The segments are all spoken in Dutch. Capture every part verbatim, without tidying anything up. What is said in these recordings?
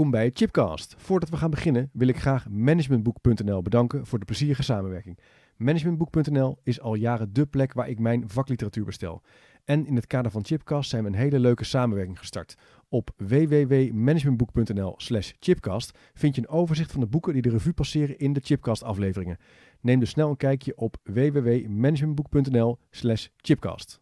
Welkom bij Chipcast. Voordat we gaan beginnen wil ik graag managementboek punt n l bedanken voor de plezierige samenwerking. managementboek punt n l is al jaren dé plek waar ik mijn vakliteratuur bestel. En in het kader van Chipcast zijn we een hele leuke samenwerking gestart. Op w w w punt managementboek punt n l slash chipcast vind je een overzicht van de boeken die de revue passeren in de Chipcast afleveringen. Neem dus snel een kijkje op w w w punt managementboek punt n l slash chipcast.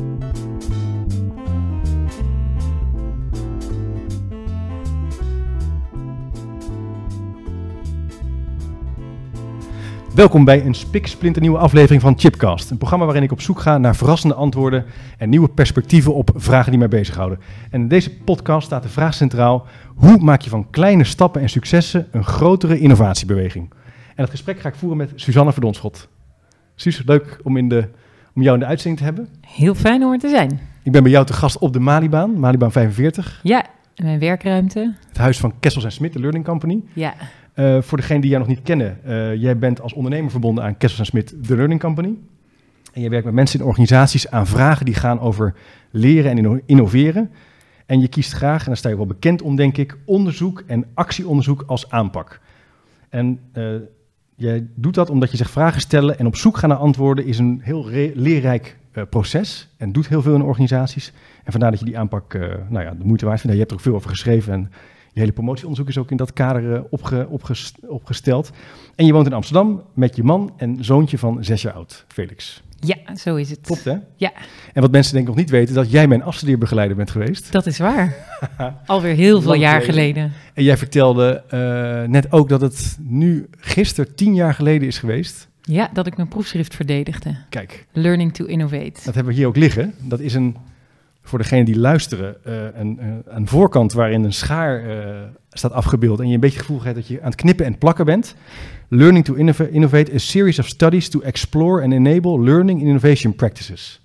Welkom bij een spiksplinternieuwe aflevering van Chipcast. Een programma waarin ik op zoek ga naar verrassende antwoorden en nieuwe perspectieven op vragen die mij bezighouden. En in deze podcast staat de vraag centraal: hoe maak je van kleine stappen en successen een grotere innovatiebeweging? En dat gesprek ga ik voeren met Suzanne Verdonschot. Suus, leuk om, in de, om jou in de uitzending te hebben. Heel fijn om er te zijn. Ik ben bij jou te gast op de Malibaan, Malibaan vijfenveertig. Ja, mijn werkruimte. Het huis van Kessels en Smit, de Learning Company. Ja. Uh, voor degenen die jou nog niet kennen, uh, jij bent als ondernemer verbonden aan Kessels en Smit, de Learning Company. En je werkt met mensen in organisaties aan vragen die gaan over leren en inno- innoveren. En je kiest graag, en daar sta je wel bekend om denk ik, onderzoek en actieonderzoek als aanpak. En uh, jij doet dat omdat je zegt vragen stellen en op zoek gaan naar antwoorden is een heel re- leerrijk uh, proces. En doet heel veel in organisaties. En vandaar dat je die aanpak uh, nou ja, de moeite waard vindt. Je hebt er ook veel over geschreven en je hele promotieonderzoek is ook in dat kader uh, opge, opges, opgesteld. En je woont in Amsterdam met je man en zoontje van zes jaar oud, Felix. Ja, zo is het. Klopt, hè? Ja. En wat mensen denk ik nog niet weten, dat jij mijn afstudeerbegeleider bent geweest. Dat is waar. Alweer heel veel jaar geleden. En jij vertelde uh, net ook dat het nu gisteren tien jaar geleden is geweest. Ja, dat ik mijn proefschrift verdedigde. Kijk. Learning to Innovate. Dat hebben we hier ook liggen. Dat is een, voor degenen die luisteren, uh, een, uh, een voorkant waarin een schaar uh, staat afgebeeld. En je een beetje het gevoel hebt dat je aan het knippen en plakken bent. Learning to Innovate, a series of studies to explore and enable learning and innovation practices.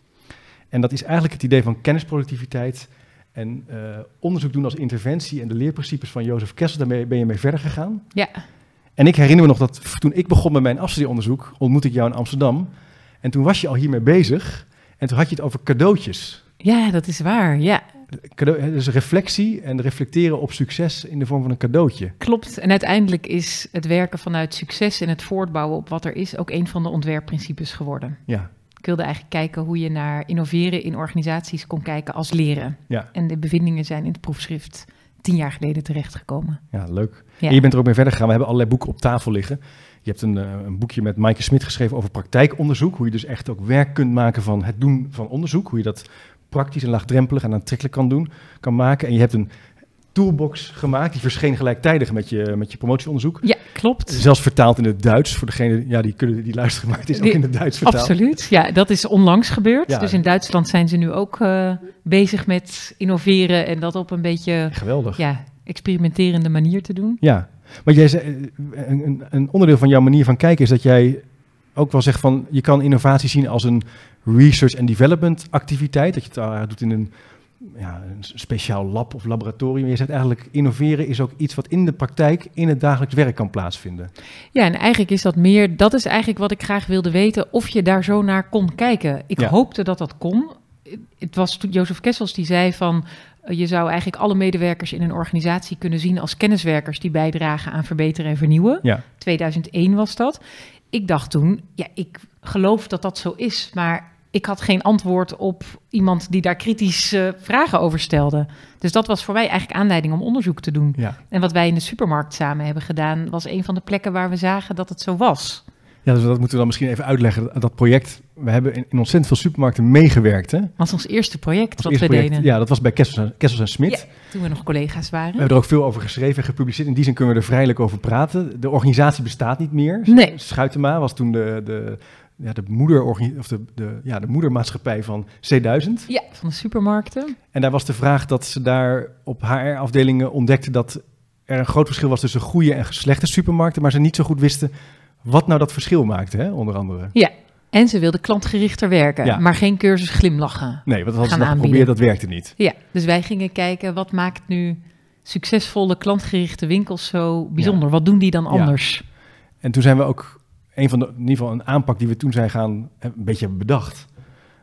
En dat is eigenlijk het idee van kennisproductiviteit en uh, onderzoek doen als interventie en de leerprincipes van Jozef Kessel, daarmee ben je mee verder gegaan. Ja. En ik herinner me nog dat toen ik begon met mijn afstudeeronderzoek, ontmoette ik jou in Amsterdam. En toen was je al hiermee bezig en toen had je het over cadeautjes. Ja, dat is waar, ja. Cadeau, dus reflectie en reflecteren op succes in de vorm van een cadeautje. Klopt. En uiteindelijk is het werken vanuit succes en het voortbouwen op wat er is ook een van de ontwerpprincipes geworden. Ja. Ik wilde eigenlijk kijken hoe je naar innoveren in organisaties kon kijken als leren. Ja. En de bevindingen zijn in het proefschrift tien jaar geleden terechtgekomen. Ja, leuk. Ja. En je bent er ook mee verder gegaan. We hebben allerlei boeken op tafel liggen. Je hebt een, uh, een boekje met Maaike Smit geschreven over praktijkonderzoek. Hoe je dus echt ook werk kunt maken van het doen van onderzoek. Hoe je dat praktisch en laagdrempelig en aantrekkelijk kan doen, kan maken. En je hebt een toolbox gemaakt, die verscheen gelijktijdig met je, met je promotieonderzoek. Ja, klopt. Zelfs vertaald in het Duits, voor degenen ja, die kunnen die luisteren, maar het is ook in het Duits vertaald. Absoluut, ja, dat is onlangs gebeurd. Ja. Dus in Duitsland zijn ze nu ook uh, bezig met innoveren en dat op een beetje geweldig. Ja, experimenterende manier te doen. Ja, maar jij zei, een, een onderdeel van jouw manier van kijken is dat jij ook wel zegt van, je kan innovatie zien als een research and development activiteit, dat je het uh, doet in een, ja, een speciaal lab of laboratorium. Je zegt eigenlijk, innoveren is ook iets wat in de praktijk, in het dagelijks werk kan plaatsvinden. Ja, en eigenlijk is dat meer, dat is eigenlijk wat ik graag wilde weten, of je daar zo naar kon kijken. Ik ja. hoopte dat dat kon. Het was Jozef Kessels die zei van, je zou eigenlijk alle medewerkers in een organisatie kunnen zien als kenniswerkers die bijdragen aan verbeteren en vernieuwen. Ja. tweeduizend één was dat. Ik dacht toen, ja, ik geloof dat dat zo is, maar ik had geen antwoord op iemand die daar kritisch uh, vragen over stelde. Dus dat was voor mij eigenlijk aanleiding om onderzoek te doen. Ja. En wat wij in de supermarkt samen hebben gedaan, was een van de plekken waar we zagen dat het zo was. Ja, dus dat moeten we dan misschien even uitleggen. Dat project, we hebben in, in ontzettend veel supermarkten meegewerkt. Hè? Dat was ons eerste project ons wat eerste we project, deden. Ja, dat was bij Kessels en, Kessels en Smit. Ja, toen we nog collega's waren. We hebben er ook veel over geschreven en gepubliceerd. In die zin kunnen we er vrijelijk over praten. De organisatie bestaat niet meer. Nee. Schuitema was toen de, de, ja, de, moeder, of de, de, ja, de moedermaatschappij van C duizend. Ja, van de supermarkten. En daar was de vraag dat ze daar op H R-afdelingen ontdekten dat er een groot verschil was tussen goede en slechte supermarkten, maar ze niet zo goed wisten wat nou dat verschil maakte, hè, onder andere. Ja, en ze wilden klantgerichter werken, ja. maar geen cursus glimlachen. Nee, want dat hadden ze nog geprobeerd, dat werkte niet. Ja, dus wij gingen kijken, wat maakt nu succesvolle klantgerichte winkels zo bijzonder? Ja. Wat doen die dan anders? Ja. En toen zijn we ook, een van de, in ieder geval een aanpak die we toen zijn gaan, een beetje hebben bedacht,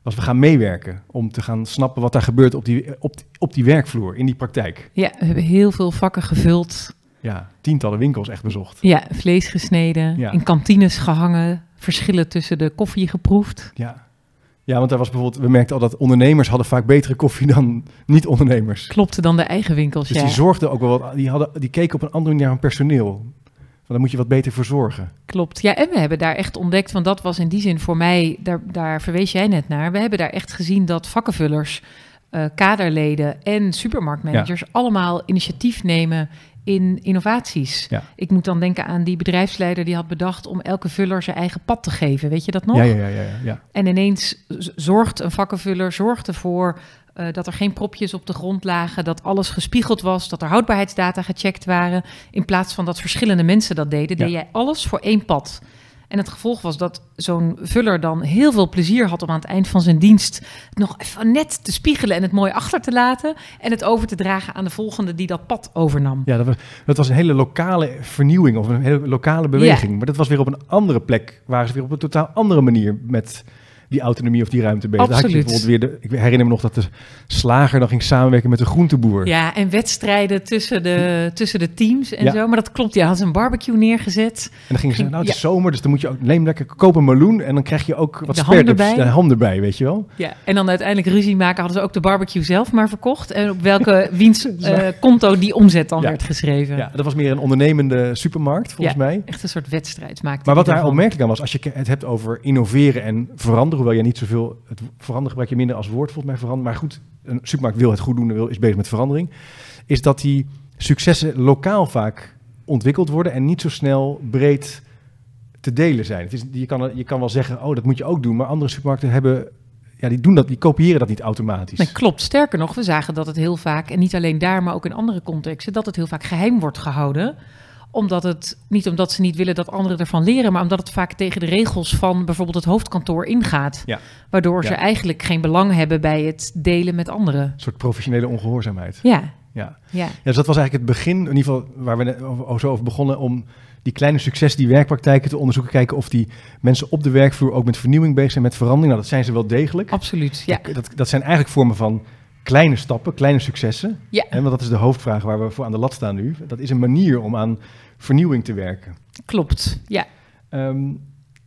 was we gaan meewerken om te gaan snappen wat daar gebeurt op die, op, op die werkvloer, in die praktijk. Ja, we hebben heel veel vakken gevuld. Ja, tientallen winkels echt bezocht. Ja, vlees gesneden, Ja. in kantines gehangen, verschillen tussen de koffie geproefd. Ja. Ja, want daar was bijvoorbeeld, we merkten al dat ondernemers hadden vaak betere koffie dan niet-ondernemers. Klopte dan de eigen winkels, Dus ja. die zorgden ook wel wat, die, hadden, die keken op een andere manier naar hun personeel. Want daar moet je wat beter voor zorgen. Klopt. Ja, en we hebben daar echt ontdekt, want dat was in die zin voor mij, daar, daar verwees jij net naar. We hebben daar echt gezien dat vakkenvullers, uh, kaderleden en supermarktmanagers ja. allemaal initiatief nemen in innovaties. Ja. Ik moet dan denken aan die bedrijfsleider die had bedacht om elke vuller zijn eigen pad te geven. Weet je dat nog? Ja, ja, ja, ja, ja. En ineens zorgt een vakkenvuller zorgt ervoor uh, dat er geen propjes op de grond lagen, dat alles gespiegeld was, dat er houdbaarheidsdata gecheckt waren. In plaats van dat verschillende mensen dat deden, ja. deed jij alles voor één pad. En het gevolg was dat zo'n vuller dan heel veel plezier had om aan het eind van zijn dienst nog even net te spiegelen en het mooi achter te laten en het over te dragen aan de volgende die dat pad overnam. Ja, dat was, dat was een hele lokale vernieuwing of een hele lokale beweging. Ja. Maar dat was weer op een andere plek, waren ze weer op een totaal andere manier met die autonomie of die ruimte bezig. Absoluut. Had je bijvoorbeeld weer de, ik herinner me nog dat de slager dan ging samenwerken met de groenteboer. Ja, en wedstrijden tussen de, tussen de teams en ja. zo. Maar dat klopt, ja, had ze een barbecue neergezet. En dan gingen ze, nou het is ja. zomer, dus dan moet je ook, neem lekker, koop een meloen en dan krijg je ook wat de ham erbij. de ham erbij, weet je wel. Ja, en dan uiteindelijk ruzie maken, hadden ze ook de barbecue zelf maar verkocht. En op welke wiens uh, konto die omzet dan ja. werd geschreven. Ja, dat was meer een ondernemende supermarkt, volgens ja, mij. echt een soort wedstrijd maakte. Maar wat daar ervan. opmerkelijk aan was, als je het hebt over innoveren en veranderen, hoewel je niet zoveel, het veranderen gebruik je minder als woord volgens mij veranderen, maar goed, een supermarkt wil het goed doen, wil, is bezig met verandering, is dat die successen lokaal vaak ontwikkeld worden en niet zo snel breed te delen zijn. Het is, je, kan, je kan wel zeggen, oh, dat moet je ook doen, maar andere supermarkten hebben, ja, die doen dat, die kopiëren dat niet automatisch. Nee, klopt. Sterker nog, we zagen dat het heel vaak, en niet alleen daar, maar ook in andere contexten, dat het heel vaak geheim wordt gehouden. Omdat het, niet omdat ze niet willen dat anderen ervan leren, maar omdat het vaak tegen de regels van bijvoorbeeld het hoofdkantoor ingaat. Ja. Waardoor ja. ze eigenlijk geen belang hebben bij het delen met anderen. Een soort professionele ongehoorzaamheid. Ja. Ja. Ja. Ja, dus dat was eigenlijk het begin, in ieder geval waar we net over, zo over begonnen, om die kleine successen, die werkpraktijken te onderzoeken, kijken of die mensen op de werkvloer ook met vernieuwing bezig zijn, met verandering. Nou, dat zijn ze wel degelijk. Absoluut, ja. Dat, dat, dat zijn eigenlijk vormen van kleine stappen, kleine successen. Ja. En want dat is de hoofdvraag waar we voor aan de lat staan nu. Dat is een manier om aan vernieuwing te werken. Klopt, ja. Um,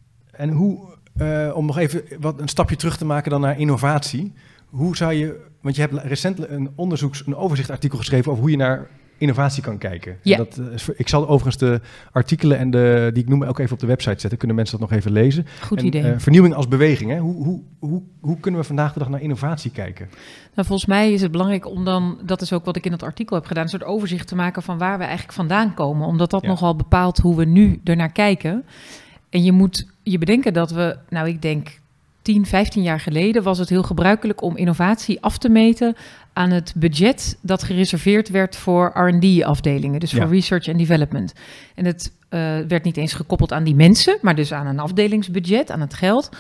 en hoe, uh, om nog even wat een stapje terug te maken dan naar innovatie. Hoe zou je, want je hebt recent een onderzoeks, een overzichtartikel geschreven over hoe je naar innovatie kan kijken. Ja. Dat, uh, ik zal overigens de artikelen en de, die ik noem ook even op de website zetten. Kunnen mensen dat nog even lezen. Goed en, idee. Uh, vernieuwing als beweging. Hè? Hoe, hoe, hoe, hoe kunnen we vandaag de dag naar innovatie kijken? Nou, volgens mij is het belangrijk om dan, dat is ook wat ik in dat artikel heb gedaan, een soort overzicht te maken van waar we eigenlijk vandaan komen. Omdat dat ja. nogal bepaalt hoe we nu ernaar kijken. En je moet je bedenken dat we, nou ik denk tien, vijftien jaar geleden was het heel gebruikelijk om innovatie af te meten aan het budget dat gereserveerd werd voor R en D-afdelingen, dus ja. voor research and development. En het uh, werd niet eens gekoppeld aan die mensen, maar dus aan een afdelingsbudget, aan het geld.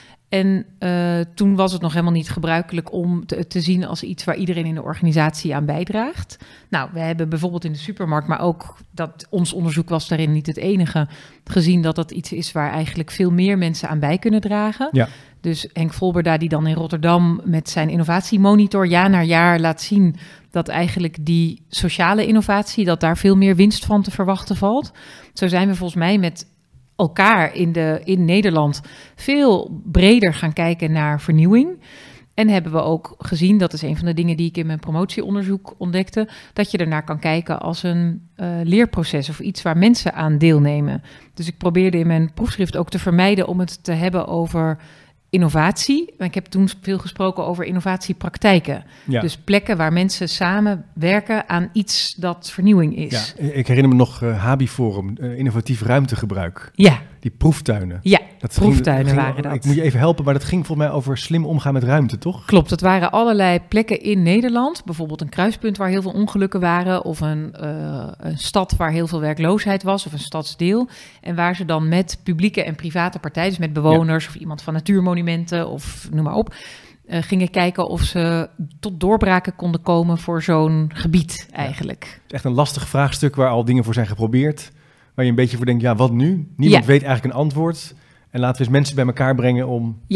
En uh, toen was het nog helemaal niet gebruikelijk om te, te zien als iets waar iedereen in de organisatie aan bijdraagt. Nou, we hebben bijvoorbeeld in de supermarkt, maar ook dat ons onderzoek was daarin niet het enige, gezien dat dat iets is waar eigenlijk veel meer mensen aan bij kunnen dragen. Ja. Dus Henk Volberda, die dan in Rotterdam met zijn innovatiemonitor jaar na jaar laat zien dat eigenlijk die sociale innovatie, dat daar veel meer winst van te verwachten valt. Zo zijn we volgens mij met elkaar in, de, in Nederland veel breder gaan kijken naar vernieuwing. En hebben we ook gezien, dat is een van de dingen die ik in mijn promotieonderzoek ontdekte, dat je ernaar kan kijken als een uh, leerproces of iets waar mensen aan deelnemen. Dus ik probeerde in mijn proefschrift ook te vermijden om het te hebben over innovatie. Ik heb toen veel gesproken over innovatiepraktijken. Ja. Dus plekken waar mensen samen werken aan iets dat vernieuwing is. Ja, ik herinner me nog uh, Habiforum, uh, innovatief ruimtegebruik. Ja. Die proeftuinen. Ja, dat proeftuinen ging, dat waren ging, dat. Ik moet je even helpen, maar dat ging volgens mij over slim omgaan met ruimte, toch? Klopt, het waren allerlei plekken in Nederland. Bijvoorbeeld een kruispunt waar heel veel ongelukken waren. Of een, uh, een stad waar heel veel werkloosheid was. Of een stadsdeel. En waar ze dan met publieke en private partijen, dus met bewoners ja. of iemand van natuurmonumenten of noem maar op, Uh, gingen kijken of ze tot doorbraken konden komen voor zo'n gebied eigenlijk. Ja. Het is echt een lastig vraagstuk waar al dingen voor zijn geprobeerd. Waar je een beetje voor denkt, ja, wat nu? Niemand ja. weet eigenlijk een antwoord. En laten we eens mensen bij elkaar brengen om ja.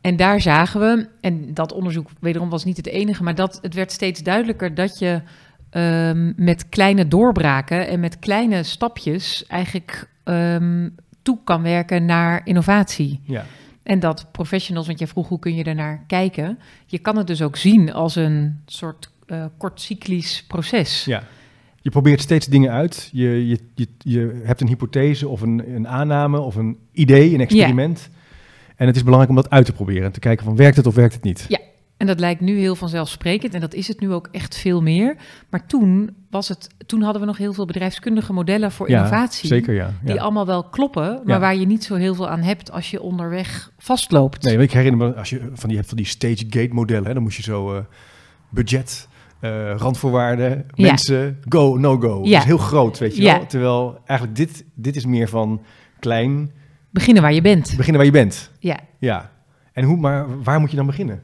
En daar zagen we, en dat onderzoek wederom was niet het enige, maar dat het werd steeds duidelijker dat je um, met kleine doorbraken en met kleine stapjes eigenlijk um, toe kan werken naar innovatie. Ja. En dat professionals, want jij vroeg hoe kun je ernaar kijken, je kan het dus ook zien als een soort uh, kortcyclisch proces. Ja. Je probeert steeds dingen uit. Je, je, je, je hebt een hypothese of een, een aanname of een idee, een experiment. Ja. En het is belangrijk om dat uit te proberen en te kijken van werkt het of werkt het niet. Ja, en dat lijkt nu heel vanzelfsprekend en dat is het nu ook echt veel meer. Maar toen, was het, toen hadden we nog heel veel bedrijfskundige modellen voor ja, innovatie. Zeker, ja. ja. Die allemaal wel kloppen, maar ja. waar je niet zo heel veel aan hebt als je onderweg vastloopt. Nee, ik herinner me, als je van die hebt van die stage gate modellen, hè, dan moest je zo uh, budget... Uh, randvoorwaarden, ja. mensen, go, no go. Ja. Dat is heel groot, weet je ja. wel. Terwijl eigenlijk dit, dit is meer van klein... Beginnen waar je bent. Beginnen waar je bent. Ja. Ja. En hoe, maar waar moet je dan beginnen?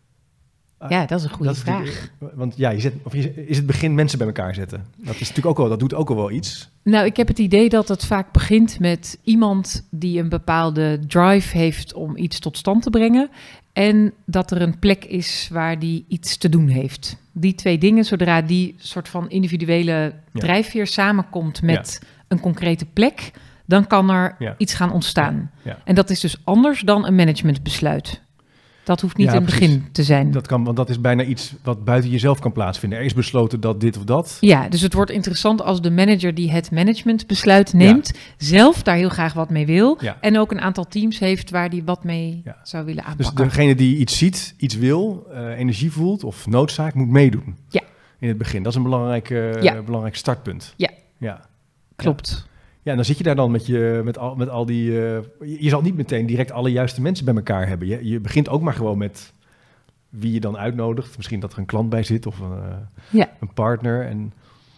Ja, dat is een goede dat vraag. Is want ja, je zet, of je, is het begin mensen bij elkaar zetten? Dat is natuurlijk ook wel, dat doet ook al wel iets. Nou, ik heb het idee dat het vaak begint met iemand die een bepaalde drive heeft om iets tot stand te brengen. En dat er een plek is waar die iets te doen heeft. Die twee dingen, zodra die soort van individuele ja. drijfveer samenkomt met ja. een concrete plek, dan kan er ja. iets gaan ontstaan. Ja. Ja. En dat is dus anders dan een managementbesluit. Dat hoeft niet ja, een precies. begin te zijn. Dat kan, want dat is bijna iets wat buiten jezelf kan plaatsvinden. Er is besloten dat dit of dat. Ja, dus het wordt interessant als de manager die het managementbesluit neemt, ja. zelf daar heel graag wat mee wil. Ja. En ook een aantal teams heeft waar die wat mee ja. zou willen aanpakken. Dus degene die iets ziet, iets wil, uh, energie voelt of noodzaak, moet meedoen. Ja. In het begin. Dat is een belangrijk, uh, ja. belangrijk startpunt. Ja, ja. klopt. Ja. Ja, en dan zit je daar dan met, je, met, al, met al die... Uh, je, je zal niet meteen direct alle juiste mensen bij elkaar hebben. Je, je begint ook maar gewoon met wie je dan uitnodigt. Misschien dat er een klant bij zit of een, uh, ja. een partner. En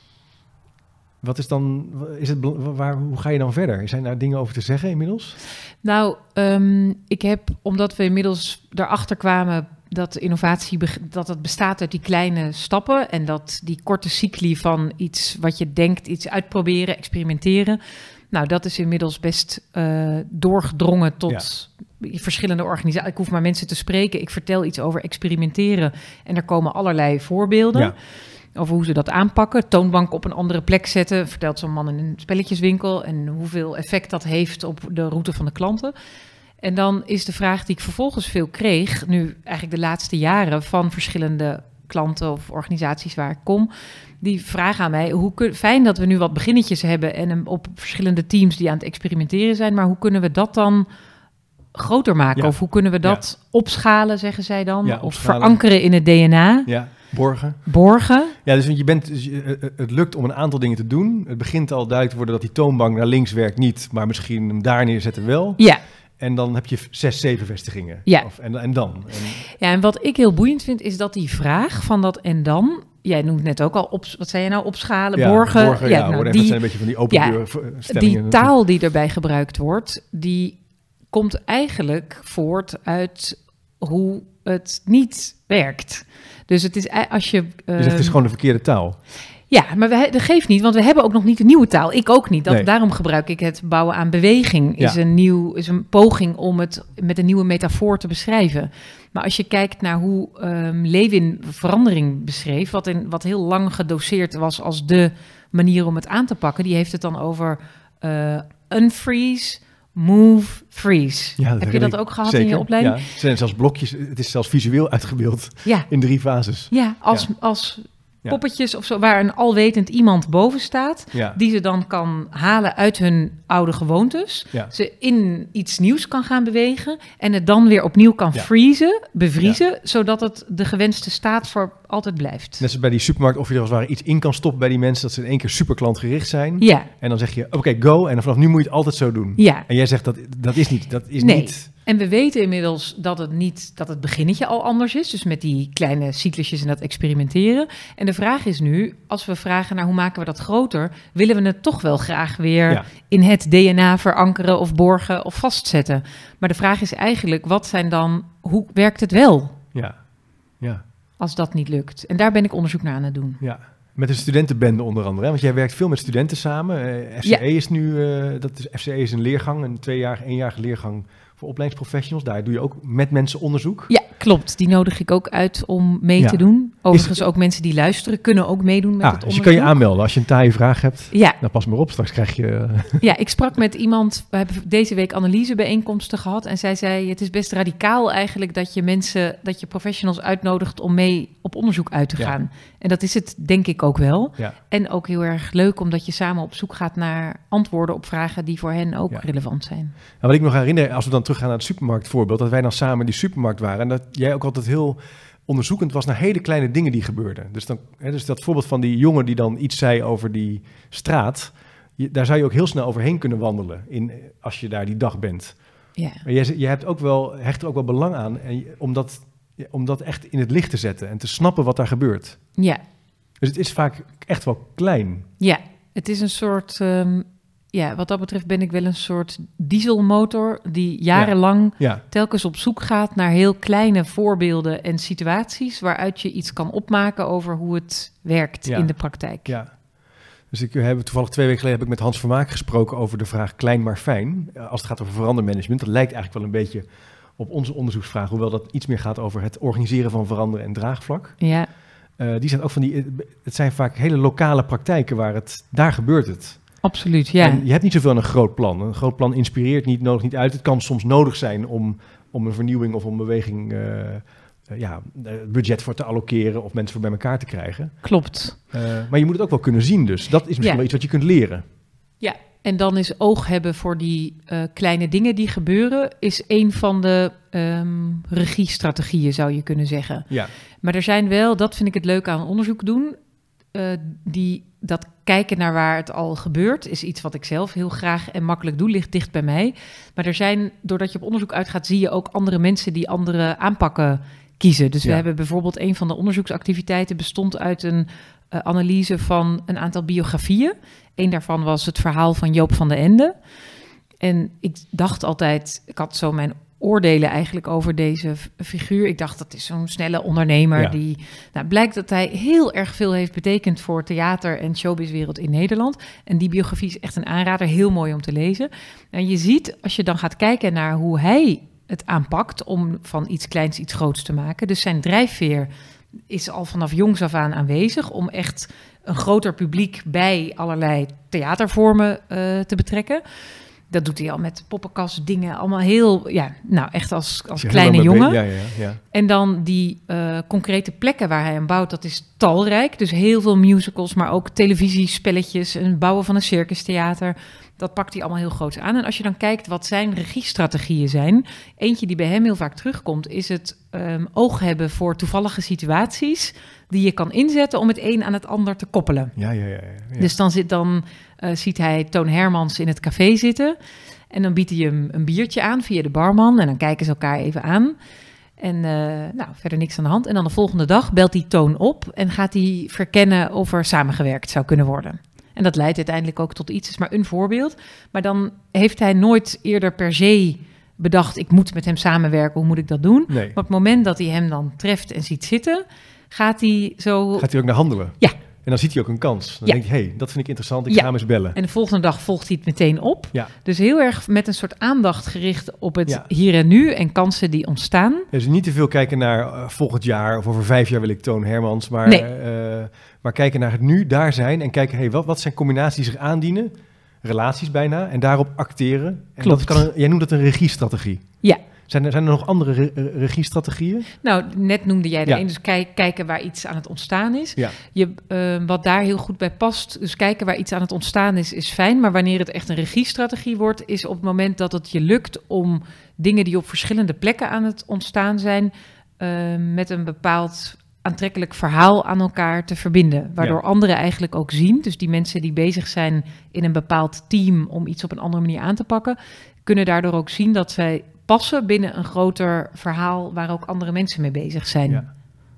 wat is dan... Is het, waar, hoe ga je dan verder? Zijn daar dingen over te zeggen inmiddels? Nou, um, ik heb, omdat we inmiddels erachter kwamen dat innovatie dat het bestaat uit die kleine stappen en dat die korte cycli van iets wat je denkt, iets uitproberen, experimenteren. Nou, dat is inmiddels best uh, doorgedrongen tot ja. verschillende organisaties. Ik hoef maar mensen te spreken. Ik vertel iets over experimenteren en er komen allerlei voorbeelden ja. over hoe ze dat aanpakken. Toonbank op een andere plek zetten, vertelt zo'n man in een spelletjeswinkel en hoeveel effect dat heeft op de route van de klanten. En dan is de vraag die ik vervolgens veel kreeg, nu eigenlijk de laatste jaren van verschillende klanten of organisaties waar ik kom, die vragen aan mij, hoe kun, fijn dat we nu wat beginnetjes hebben en een, op verschillende teams die aan het experimenteren zijn, maar hoe kunnen we dat dan groter maken? Ja. Of hoe kunnen we dat ja. opschalen, zeggen zij dan? Ja, of verankeren in het D N A? Ja, borgen. Borgen. Ja, dus je bent, het lukt om een aantal dingen te doen. Het begint al duidelijk te worden dat die toonbank naar links werkt niet, maar misschien hem daar neerzetten wel. Ja. En dan heb je zes, zeven vestigingen. Ja. Of, en, en dan? En... Ja, en wat ik heel boeiend vind, is dat die vraag van dat en dan... Jij noemt net ook al, op, wat zei je nou, opschalen, ja, borgen. borgen ja, ja, nou, die, dat zijn een beetje van die open ja, deurstellingen. Die taal die erbij gebruikt wordt, die komt eigenlijk voort uit hoe het niet werkt. Dus het is als je... Uh, je zegt, het is gewoon de verkeerde taal. Ja, maar we, dat geeft niet, want we hebben ook nog niet een nieuwe taal. Ik ook niet. Dat, nee. Daarom gebruik ik het bouwen aan beweging. Is, ja. een nieuw, is een poging om het met een nieuwe metafoor te beschrijven. Maar als je kijkt naar hoe um, Lewin verandering beschreef, wat, in, wat heel lang gedoseerd was als de manier om het aan te pakken, die heeft het dan over uh, unfreeze, move, freeze. Ja, heb je dat ook gehad zeker. In je opleiding? Ja, het zijn zelfs blokjes, het is zelfs visueel uitgebeeld ja. in drie fases. Ja, als... Ja. als Ja. poppetjes of zo, waar een alwetend iemand boven staat, ja. die ze dan kan halen uit hun oude gewoontes, ja. ze in iets nieuws kan gaan bewegen en het dan weer opnieuw kan ja. freezen, bevriezen, ja. zodat het de gewenste staat voor altijd blijft. Net zoals bij die supermarkt, of je er als het ware iets in kan stoppen bij die mensen, dat ze in één keer super klantgericht zijn. Ja. En dan zeg je, oké, okay, go, en dan vanaf nu moet je het altijd zo doen. Ja. En jij zegt, dat, dat is niet, dat is nee. niet... En we weten inmiddels dat het niet dat het beginnetje al anders is. Dus met die kleine cyclusjes en dat experimenteren. En de vraag is nu, als we vragen naar hoe maken we dat groter, willen we het toch wel graag weer ja. in het D N A verankeren of borgen of vastzetten. Maar de vraag is eigenlijk, wat zijn dan, hoe werkt het wel? Ja, ja. Als dat niet lukt. En daar ben ik onderzoek naar aan het doen. Ja. Met een studentenbende onder andere, hè? Want jij werkt veel met studenten samen. Uh, F C E ja. is nu, uh, dat is, F C E is een leergang, een tweejarige, eenjarige leergang voor opleidingsprofessionals. Daar doe je ook met mensen onderzoek. Ja, klopt. Die nodig ik ook uit om mee Ja. te doen. Overigens Is- ook mensen die luisteren kunnen ook meedoen met Ah, het dus je onderzoek. kan je aanmelden. Als je een taaie vraag hebt, Ja, dan pas maar op. Straks krijg je... ja, ik sprak met iemand, we hebben deze week analysebijeenkomsten gehad en zij zei, het is best radicaal eigenlijk dat je mensen, dat je professionals uitnodigt om mee op onderzoek uit te Ja. gaan. En dat is het denk ik ook wel. Ja. En ook heel erg leuk omdat je samen op zoek gaat naar antwoorden op vragen die voor hen ook Ja. relevant zijn. Nou, wat ik me nog herinner, als we dan teruggaan naar het supermarktvoorbeeld, dat wij dan samen in die supermarkt waren en dat jij ook altijd heel onderzoekend was naar hele kleine dingen die gebeurden. Dus, dan, hè, dus dat voorbeeld van die jongen die dan iets zei over die straat, je, daar zou je ook heel snel overheen kunnen wandelen in, als je daar die dag bent. Ja, Maar jij, jij hebt ook wel, hecht er ook wel belang aan en, je- om, dat, ja, om dat echt in het licht te zetten en te snappen wat daar gebeurt. ja, Dus het is vaak echt wel klein. ja. Het is een soort, ehm, ja, wat dat betreft ben ik wel een soort dieselmotor die jarenlang Ja, telkens op zoek gaat naar heel kleine voorbeelden en situaties waaruit je iets kan opmaken over hoe het werkt Ja. in de praktijk. ja. Dus ik heb toevallig twee weken geleden heb ik met Hans Vermaak gesproken over de vraag klein maar fijn. Eh, Als het gaat over verandermanagement, dat lijkt eigenlijk wel een beetje op onze onderzoeksvraag, hoewel dat iets meer gaat over het organiseren van veranderen en draagvlak. Ja, Eh, die zijn ook van die, het zijn vaak hele lokale praktijken waar het, daar gebeurt het. absoluut. Ja, En je hebt niet zoveel aan een groot plan. Een groot plan inspireert niet, nodig niet uit. Het kan soms nodig zijn om, om een vernieuwing of een beweging, eh, eh, ja, het budget voor te allokeren of mensen voor bij elkaar te krijgen. klopt. Eh, maar je moet het ook wel kunnen zien dus. Dat is misschien Ja. wel iets wat je kunt leren. Ja, en dan is oog hebben voor die eh, kleine dingen die gebeuren, is een van de ehm regiestrategieën, zou je kunnen zeggen. Ja, Maar er zijn wel, dat vind ik het leuk aan onderzoek doen, eh, die dat kijken naar waar het al gebeurt, is iets wat ik zelf heel graag en makkelijk doe, ligt dicht bij mij. Maar er zijn, doordat je op onderzoek uitgaat, zie je ook andere mensen die andere aanpakken kiezen. Dus we Ja. hebben bijvoorbeeld een van de onderzoeksactiviteiten bestond uit een uh, analyse van een aantal biografieën. Eén daarvan was het verhaal van Joop van den Ende. En ik dacht altijd, ik had zo mijn oordelen eigenlijk over deze f- figuur. Ik dacht, dat is zo'n snelle ondernemer Ja. die... Nou, blijkt dat hij heel erg veel heeft betekend voor theater- en showbizwereld in Nederland. En die biografie is echt een aanrader, heel mooi om te lezen. En je ziet, als je dan gaat kijken naar hoe hij het aanpakt om van iets kleins iets groots te maken. Dus zijn drijfveer is al vanaf jongs af aan aanwezig om echt een groter publiek bij allerlei theatervormen uh, te betrekken. Dat doet hij al met poppenkast dingen, allemaal heel, ja, nou echt als, als je kleine helemaal mee jongen. be- Ja, ja, ja. En dan die uh, concrete plekken waar hij aan bouwt, dat is talrijk. Dus heel veel musicals, maar ook televisiespelletjes, een bouwen van een circustheater. Dat pakt hij allemaal heel groots aan. En als je dan kijkt wat zijn regiestrategieën zijn, eentje die bij hem heel vaak terugkomt, is het um, oog hebben voor toevallige situaties die je kan inzetten om het een aan het ander te koppelen. Ja, ja, ja, ja. Dus dan, zit, dan uh, ziet hij Toon Hermans in het café zitten en dan biedt hij hem een biertje aan via de barman en dan kijken ze elkaar even aan. En uh, nou, verder niks aan de hand. En dan de volgende dag belt hij Toon op en gaat hij verkennen of er samengewerkt zou kunnen worden. En dat leidt uiteindelijk ook tot iets, is maar een voorbeeld. Maar dan heeft hij nooit eerder per se bedacht, ik moet met hem samenwerken, hoe moet ik dat doen? Nee. Maar op het moment dat hij hem dan treft en ziet zitten, gaat hij zo... Gaat hij ook naar handelen? Ja. En dan ziet hij ook een kans. Dan Ja. denkt hij, hé, hey, dat vind ik interessant, ik Ja. ga hem eens bellen. En de volgende dag volgt hij het meteen op. Ja. Dus heel erg met een soort aandacht gericht op het Ja. hier en nu en kansen die ontstaan. Dus niet te veel kijken naar uh, volgend jaar of over vijf jaar wil ik Toon Hermans, maar, Nee. uh, maar kijken naar het nu, daar zijn en kijken, hey, wat, wat zijn combinaties die zich aandienen, relaties bijna, en daarop acteren. En Klopt. dat kan een, jij noemt dat een regiestrategie. Ja. Zijn er, zijn er nog andere re- re- regiestrategieën? Nou, net noemde jij er Ja. een, dus kijk, kijken waar iets aan het ontstaan is. Ja. Je, uh, wat daar heel goed bij past, dus kijken waar iets aan het ontstaan is, is fijn. Maar wanneer het echt een regiestrategie wordt, is op het moment dat het je lukt om dingen die op verschillende plekken aan het ontstaan zijn, uh, met een bepaald aantrekkelijk verhaal aan elkaar te verbinden. Waardoor Ja. anderen eigenlijk ook zien, dus die mensen die bezig zijn in een bepaald team om iets op een andere manier aan te pakken, kunnen daardoor ook zien dat zij passen binnen een groter verhaal waar ook andere mensen mee bezig zijn. Ja.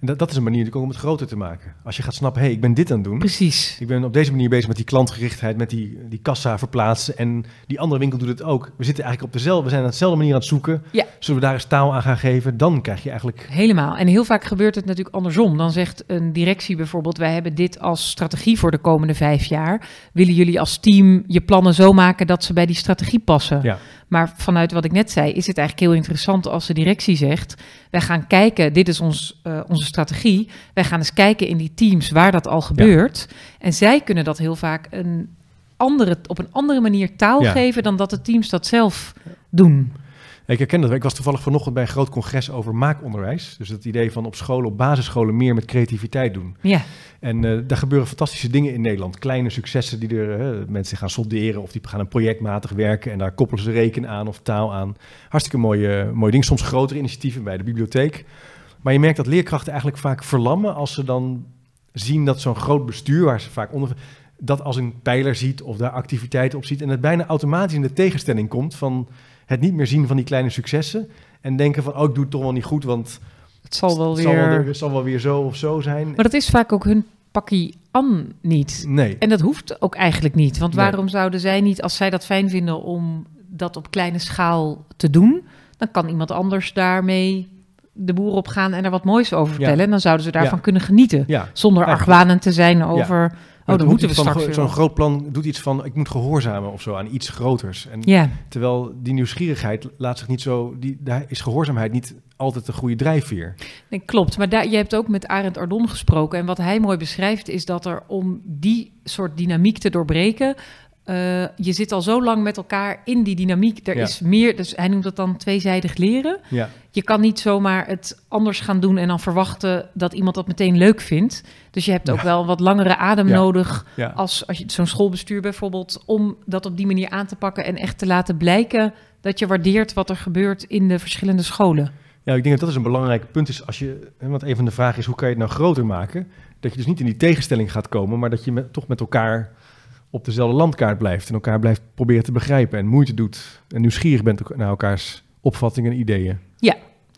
En dat, dat is een manier natuurlijk om het groter te maken. Als je gaat snappen, hé, hey, ik ben dit aan het doen. Precies. Ik ben op deze manier bezig met die klantgerichtheid, met die, die kassa verplaatsen. En die andere winkel doet het ook. We zitten eigenlijk op dezelfde, we zijn aan dezelfde manier aan het zoeken. Ja. Zullen we daar eens taal aan gaan geven? Dan krijg je eigenlijk... Helemaal. En heel vaak gebeurt het natuurlijk andersom. Dan zegt een directie bijvoorbeeld, wij hebben dit als strategie voor de komende vijf jaar. Willen jullie als team je plannen zo maken dat ze bij die strategie passen? Ja. Maar vanuit wat ik net zei, is het eigenlijk heel interessant als de directie zegt, wij gaan kijken, dit is ons, uh, onze strategie. Wij gaan eens kijken in die teams waar dat al gebeurt. Ja. En zij kunnen dat heel vaak een andere, op een andere manier taal ja. geven dan dat de teams dat zelf doen. Ik herken dat. Ik was toevallig vanochtend bij een groot congres over maakonderwijs. Dus het idee van op scholen, op basisscholen meer met creativiteit doen. Ja. En uh, daar gebeuren fantastische dingen in Nederland. Kleine successen die er, uh, mensen gaan solderen of die gaan een projectmatig werken en daar koppelen ze rekenen aan of taal aan. Hartstikke mooie, mooie dingen. Soms grotere initiatieven bij de bibliotheek. Maar je merkt dat leerkrachten eigenlijk vaak verlammen als ze dan zien dat zo'n groot bestuur, waar ze vaak onder, dat als een pijler ziet of daar activiteiten op ziet en het bijna automatisch in de tegenstelling komt van het niet meer zien van die kleine successen en denken van, oh, ik doe het toch wel niet goed, want het zal wel, het weer... zal wel, het zal wel weer zo of zo zijn. Maar dat is vaak ook hun pakkie aan niet. Nee. En dat hoeft ook eigenlijk niet. Want Nee. waarom zouden zij niet, als zij dat fijn vinden om dat op kleine schaal te doen, dan kan iemand anders daarmee de boer op gaan en er wat moois over vertellen. Ja. En dan zouden ze daarvan Ja. kunnen genieten. Ja. Zonder Eigenlijk. argwanend te zijn over, Ja. oh, dan Het moeten we iets van, straks weer zo'n wel. groot plan doet iets van, ik moet gehoorzamen of zo aan iets groters. En Ja, terwijl die nieuwsgierigheid laat zich niet zo, die, daar is gehoorzaamheid niet altijd een goede drijfveer. nee, klopt. Maar daar, je hebt ook met Arend Ardon gesproken. En wat hij mooi beschrijft is dat er om die soort dynamiek te doorbreken, Uh, je zit al zo lang met elkaar in die dynamiek. Er Ja. is meer, dus hij noemt dat dan tweezijdig leren. Ja. Je kan niet zomaar het anders gaan doen en dan verwachten dat iemand dat meteen leuk vindt. Dus je hebt ook Ja. wel wat langere adem Ja. nodig Ja. als, als je zo'n schoolbestuur bijvoorbeeld, om dat op die manier aan te pakken en echt te laten blijken dat je waardeert wat er gebeurt in de verschillende scholen. Ja, ik denk dat dat is een belangrijk punt is als je, want een van de vragen is hoe kan je het nou groter maken? Dat je dus niet in die tegenstelling gaat komen, maar dat je met, toch met elkaar op dezelfde landkaart blijft en elkaar blijft proberen te begrijpen en moeite doet en nieuwsgierig bent naar elkaars opvattingen en ideeën. Ja,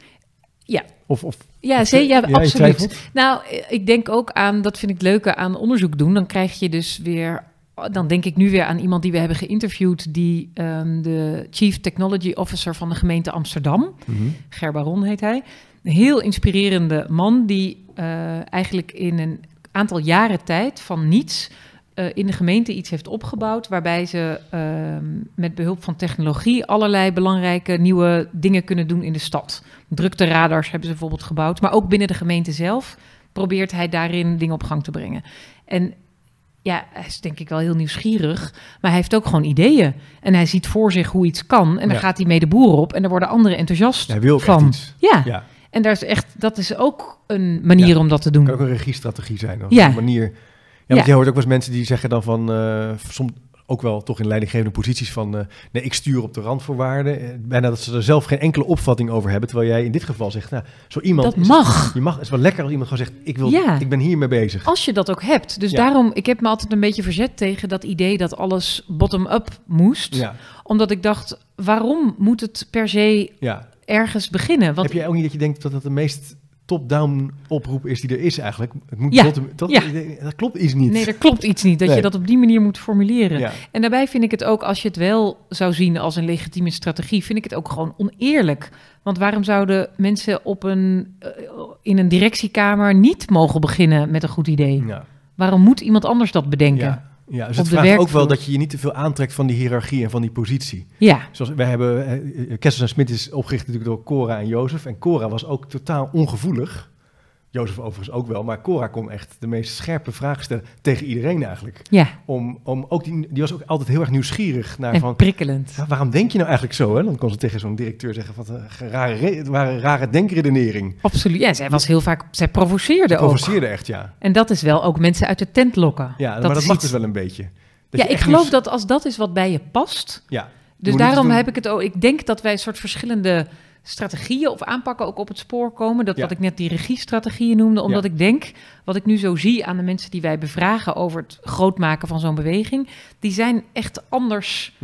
ja. Of, of, Ja, of, zee, ja, ja, je absoluut. twijfelt? Nou, ik denk ook aan, dat vind ik leuke aan onderzoek doen. Dan krijg je dus weer, dan denk ik nu weer aan iemand die we hebben geïnterviewd, die um, de Chief Technology Officer van de gemeente Amsterdam, Mm-hmm. Ger Baron heet hij. Een heel inspirerende man die uh, eigenlijk in een aantal jaren tijd van niets Uh, in de gemeente iets heeft opgebouwd, waarbij ze uh, met behulp van technologie allerlei belangrijke nieuwe dingen kunnen doen in de stad. Drukteradars hebben ze bijvoorbeeld gebouwd, maar ook binnen de gemeente zelf probeert hij daarin dingen op gang te brengen. En ja, hij is denk ik wel heel nieuwsgierig, maar hij heeft ook gewoon ideeën. En hij ziet voor zich hoe iets kan en dan Ja. gaat hij mee de boer op en daar worden anderen enthousiast Hij wil ook van. echt iets. Ja. Ja. En daar is echt, dat is ook een manier Ja. om dat te doen. Kan ook een regiestrategie zijn. Of Ja. een manier. Ja, want Ja. je hoort ook wel eens mensen die zeggen dan van, uh, soms ook wel toch in leidinggevende posities van, uh, nee, ik stuur op de randvoorwaarden. Uh, bijna dat ze er zelf geen enkele opvatting over hebben. Terwijl jij in dit geval zegt, nou, zo iemand... Dat is, mag. Je mag, het is wel lekker als iemand gewoon zegt, ik, wil, Ja. ik ben hiermee bezig. Als je dat ook hebt. Dus Ja. daarom, ik heb me altijd een beetje verzet tegen dat idee dat alles bottom-up moest. Ja, Omdat ik dacht, waarom moet het per se ja. ergens beginnen? Want Heb jij ook niet dat je denkt dat het de meest top-down oproep is die er is eigenlijk? Het moet Ja. bottom- dat, Ja. dat klopt iets niet. nee, er klopt iets niet. Dat Nee. je dat op die manier moet formuleren. Ja. En daarbij vind ik het ook, als je het wel zou zien als een legitieme strategie, vind ik het ook gewoon oneerlijk. Want waarom zouden mensen op een, uh, in een directiekamer niet mogen beginnen met een goed idee? Ja. Waarom moet iemand anders dat bedenken? Ja. Ja, dus Op het de vraagt ook werkvloer. wel dat je je niet te veel aantrekt van die hiërarchie en van die positie. Ja, Zoals wij hebben, eh, Kessels en Smit is opgericht natuurlijk door Cora en Jozef. En Cora was ook totaal ongevoelig. Jozef overigens ook wel, maar Cora kon echt de meest scherpe vragen stellen tegen iedereen eigenlijk. ja. Om, om ook die, die was ook altijd heel erg nieuwsgierig naar En van, prikkelend. ja, waarom denk je nou eigenlijk zo? Hè? Dan kon ze tegen zo'n directeur zeggen van, een rare, re- het waren een rare denkredenering. Absoluut. Ja, zij was heel vaak, zij provoceerde Ze ook. provoceerde echt, ja. En dat is wel ook mensen uit de tent lokken. Ja, dat maar dat is mag iets- dus wel een beetje. Dat Ja, je ik echt geloof nieuws- dat als dat is wat bij je past. Ja, Dus moet niet daarom doen. heb ik het ook. Ik denk dat wij een soort verschillende strategieën of aanpakken ook op het spoor komen. Dat Ja. wat ik net die regiestrategieën noemde. Omdat Ja. ik denk, wat ik nu zo zie aan de mensen die wij bevragen over het grootmaken van zo'n beweging. Die zijn echt anders Ja.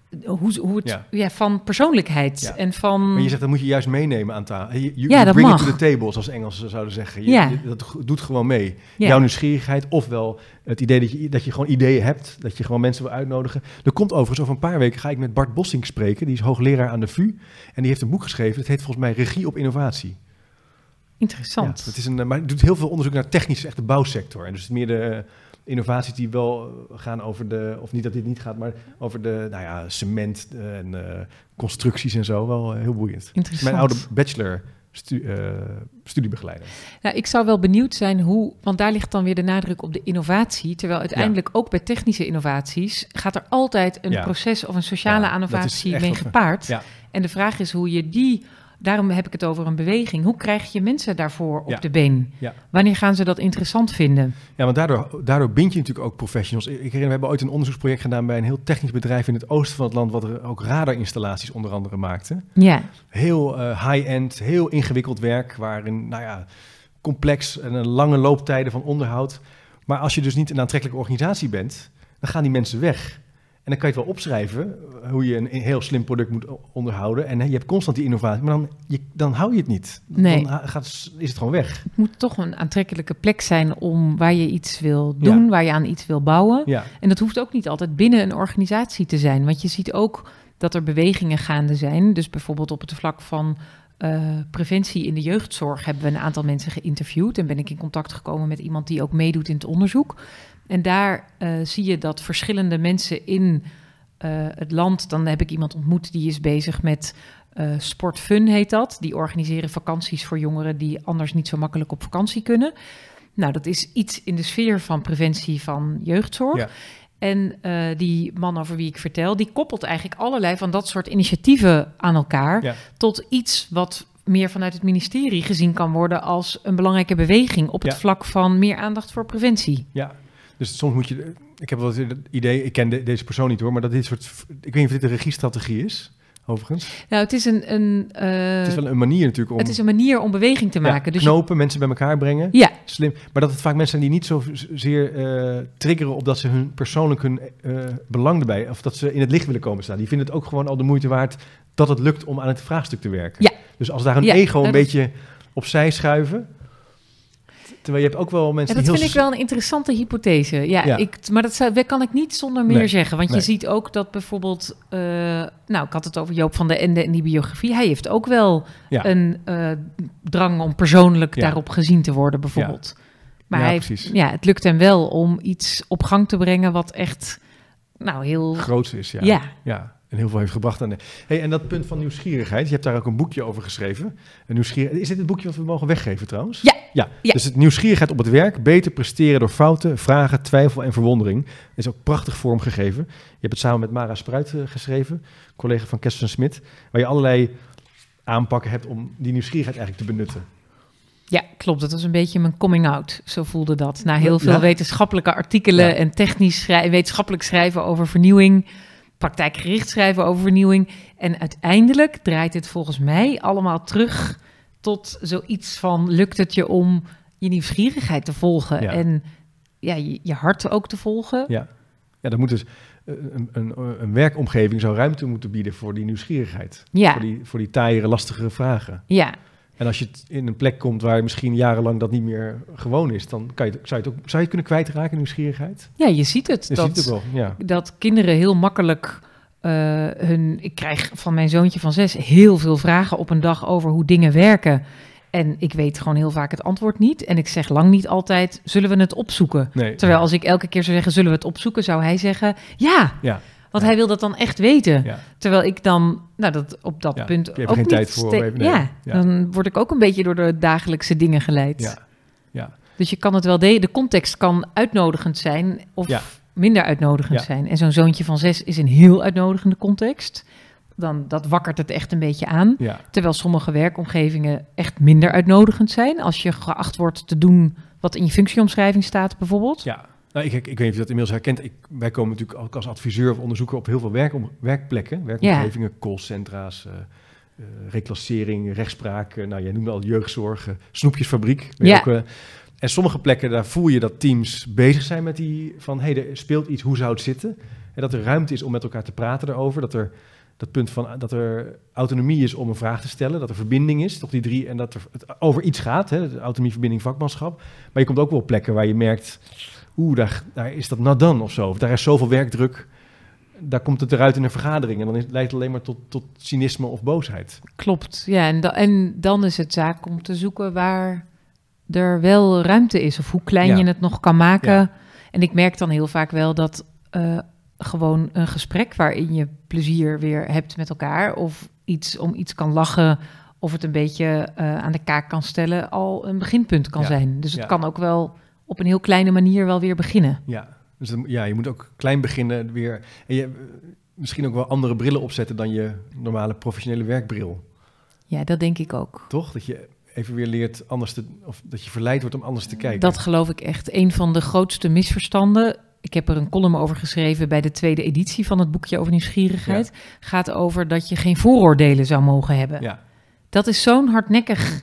hoe, hoe het Ja. ja, van persoonlijkheid Ja. en van. Maar je zegt, dat moet je juist meenemen aan tafel. You, you Ja, dat bring mag. it to the table, zoals Engelsen zouden zeggen. Je, Ja. je- dat g- doet gewoon mee. Ja. Jouw nieuwsgierigheid, ofwel het idee dat je, dat je gewoon ideeën hebt, dat je gewoon mensen wil uitnodigen. Er komt overigens over een paar weken, ga ik met Bart Bossink spreken, die is hoogleraar aan de V U. En die heeft een boek geschreven, dat heet volgens mij Regie op Innovatie. Interessant. Ja, het is een, maar hij doet heel veel onderzoek naar technisch, echt de bouwsector. En dus meer de eh, innovaties die wel gaan over de, of niet dat dit niet gaat, maar over de, nou ja, cement eh, en eh, constructies en zo. Wel eh, heel boeiend. Interessant. Mijn oude bachelor stu, eh, studiebegeleider. Nou, ik zou wel benieuwd zijn hoe, want daar ligt dan weer de nadruk op de innovatie. Terwijl uiteindelijk ook bij technische innovaties gaat er altijd een Ja. proces of een sociale Ja, dat is innovatie echt mee wat we- gepaard. Ja. En de vraag is hoe je die, daarom heb ik het over een beweging. Hoe krijg je mensen daarvoor op Ja. de been? Ja. Wanneer gaan ze dat interessant vinden? Ja, want daardoor, daardoor bind je natuurlijk ook professionals. Ik herinner, we hebben ooit een onderzoeksproject gedaan bij een heel technisch bedrijf in het oosten van het land, wat er ook radarinstallaties onder andere maakte. Ja, Heel eh, high-end, heel ingewikkeld werk, waarin, nou ja, complex en een lange looptijden van onderhoud. Maar als je dus niet een aantrekkelijke organisatie bent, dan gaan die mensen weg. En dan kan je het wel opschrijven, eh, hoe je een, een heel slim product moet o- onderhouden. En hè, je hebt constant die innovatie, maar dan, je, dan hou je het niet. Nee. Dan ha- gaat, is het gewoon weg. het moet toch een aantrekkelijke plek zijn om waar je iets wil doen, Ja. waar je aan iets wil bouwen. Ja, En dat hoeft ook niet altijd binnen een organisatie te zijn. Want je ziet ook dat er bewegingen gaande zijn. Dus bijvoorbeeld op het vlak van eh, preventie in de jeugdzorg hebben we een aantal mensen geïnterviewd. En ben ik in contact gekomen met iemand die ook meedoet in het onderzoek. En daar eh, zie je dat verschillende mensen in eh, het land... Dan heb ik iemand ontmoet die is bezig met uh, Sportfun heet dat. Die organiseren vakanties voor jongeren die anders niet zo makkelijk op vakantie kunnen. Nou, dat is iets in de sfeer van preventie van jeugdzorg. ja. En uh, die man over wie ik vertel, die koppelt eigenlijk allerlei van dat soort initiatieven aan elkaar... Ja. tot iets wat meer vanuit het ministerie gezien kan worden als een belangrijke beweging op het Ja. vlak van meer aandacht voor preventie. Ja, dus soms moet je... Ik heb wel het idee, ik ken de- deze persoon niet hoor, maar dat dit soort... Ik weet niet of dit een regiestrategie is, overigens. Nou, het is een, een, uh, Het is wel een manier natuurlijk om... het is een manier om beweging te ja, maken. Dus je- knopen, mensen bij elkaar brengen. ja, Slim. Maar dat het vaak mensen zijn die niet zozeer uh, triggeren op dat ze hun persoonlijk hun uh, belang erbij... of dat ze in het licht willen komen staan. Die vinden het ook gewoon al de moeite waard dat het lukt om aan het vraagstuk te werken. Ja. Dus als daar een Ja, ego een nou, dat- beetje opzij schuiven... Terwijl je hebt ook wel mensen en dat die vind heel... ik wel een interessante hypothese. Ja, Ja. Ik, maar dat zou, dat kan ik niet zonder meer Nee, zeggen. Want nee. je ziet ook dat bijvoorbeeld... Uh, nou, ik had het over Joop van den Ende en die biografie. Hij heeft ook wel Ja. een uh, drang om persoonlijk Ja. daarop gezien te worden, bijvoorbeeld. Maar Ja, hij, precies. ja, het lukt hem wel om iets op gang te brengen wat echt... Nou, heel... groots is, ja. Ja. ja. En heel veel heeft gebracht aan de... Hey, en dat punt van nieuwsgierigheid, je hebt daar ook een boekje over geschreven. Een nieuwsgierig... Is dit het boekje wat we mogen weggeven trouwens? Ja. ja. Ja. Dus het nieuwsgierigheid op het werk, beter presteren door fouten, vragen, twijfel en verwondering. Is ook prachtig vormgegeven. Je hebt het samen met Mara Spruit uh, geschreven, collega van Kessels en Smit, waar je allerlei aanpakken hebt om die nieuwsgierigheid eigenlijk te benutten. Ja, klopt. Dat was een beetje mijn coming out. Zo voelde dat. Na heel veel Ja? wetenschappelijke artikelen Ja. en technisch schrij- wetenschappelijk schrijven over vernieuwing, praktijkgericht schrijven over vernieuwing. En uiteindelijk draait het volgens mij allemaal terug tot zoiets van: lukt het je om je nieuwsgierigheid te volgen Ja. en ja, je, je hart ook te volgen? Ja, ja dat moet dus een, een, een werkomgeving zou ruimte moeten bieden voor die nieuwsgierigheid. Ja. Voor die, voor die taaiere, lastige vragen. Ja. En als je t- in een plek komt waar misschien jarenlang dat niet meer gewoon is, dan kan je, het- zou, je het ook, zou je het kunnen kwijtraken, nieuwsgierigheid? Ja, je ziet het. Je dat, ziet het wel, ja. dat kinderen heel makkelijk uh, hun... Ik krijg van mijn zoontje van zes heel veel vragen op een dag over hoe dingen werken. En ik weet gewoon heel vaak het antwoord niet. En ik zeg lang niet altijd, zullen we het opzoeken? Nee. Terwijl als ik elke keer zou zeggen, zullen we het opzoeken? Zou hij zeggen, ja. Ja. Want Ja. hij wil dat dan echt weten. Ja. Terwijl ik dan, nou dat op dat Ja, punt je hebt ook geen niet tijd voor, ste- even- nee. ja, Ja. dan word ik ook een beetje door de dagelijkse dingen geleid. Ja. Ja. Dus je kan het wel delen. De context kan uitnodigend zijn of Ja. minder uitnodigend Ja. zijn. En zo'n zoontje van zes is een heel uitnodigende context. Dan dat wakkert het echt een beetje aan. Ja. Terwijl sommige werkomgevingen echt minder uitnodigend zijn. Als je geacht wordt te doen wat in je functieomschrijving staat bijvoorbeeld. Ja. Nou, ik, ik weet niet of je dat inmiddels herkent. Ik, wij komen natuurlijk ook als adviseur of onderzoeker op heel veel werk, werkplekken, werkomgevingen, callcentra's, uh, uh, reclassering, rechtspraak. Uh, nou, jij noemde al jeugdzorg, uh, snoepjesfabriek. Ja. Ook, uh, en sommige plekken, daar voel je dat teams bezig zijn met die van, hé, hey, er speelt iets, hoe zou het zitten? En dat er ruimte is om met elkaar te praten daarover. Dat er dat punt van dat er autonomie is om een vraag te stellen, dat er verbinding is, toch die drie, en dat er het over iets gaat, hè, autonomie, verbinding, vakmanschap. Maar je komt ook wel op plekken waar je merkt, oeh, daar, daar is dat nadan of zo. Of daar is zoveel werkdruk, daar komt het eruit in een vergadering en dan is, leidt het alleen maar tot, tot cynisme of boosheid. Klopt, ja. En, da- en dan is het zaak om te zoeken waar er wel ruimte is of hoe klein Ja. je het nog kan maken. Ja. En ik merk dan heel vaak wel dat uh, gewoon een gesprek waarin je plezier weer hebt met elkaar of iets om iets kan lachen of het een beetje uh, aan de kaak kan stellen, al een beginpunt kan Ja. zijn. Dus het Ja. kan ook wel op een heel kleine manier wel weer beginnen. Ja, dus dan- ja, je moet ook klein beginnen weer. En je, uh, misschien ook wel andere brillen opzetten dan je normale professionele werkbril. Ja, dat denk ik ook. Toch? Dat je even weer leert anders te, of dat je verleid wordt om anders te kijken. Dat geloof ik echt. Een van de grootste misverstanden. Ik heb er een column over geschreven bij de tweede editie van het boekje over nieuwsgierigheid. Ja. Gaat over dat je geen vooroordelen zou mogen hebben. Ja. Dat is zo'n hardnekkig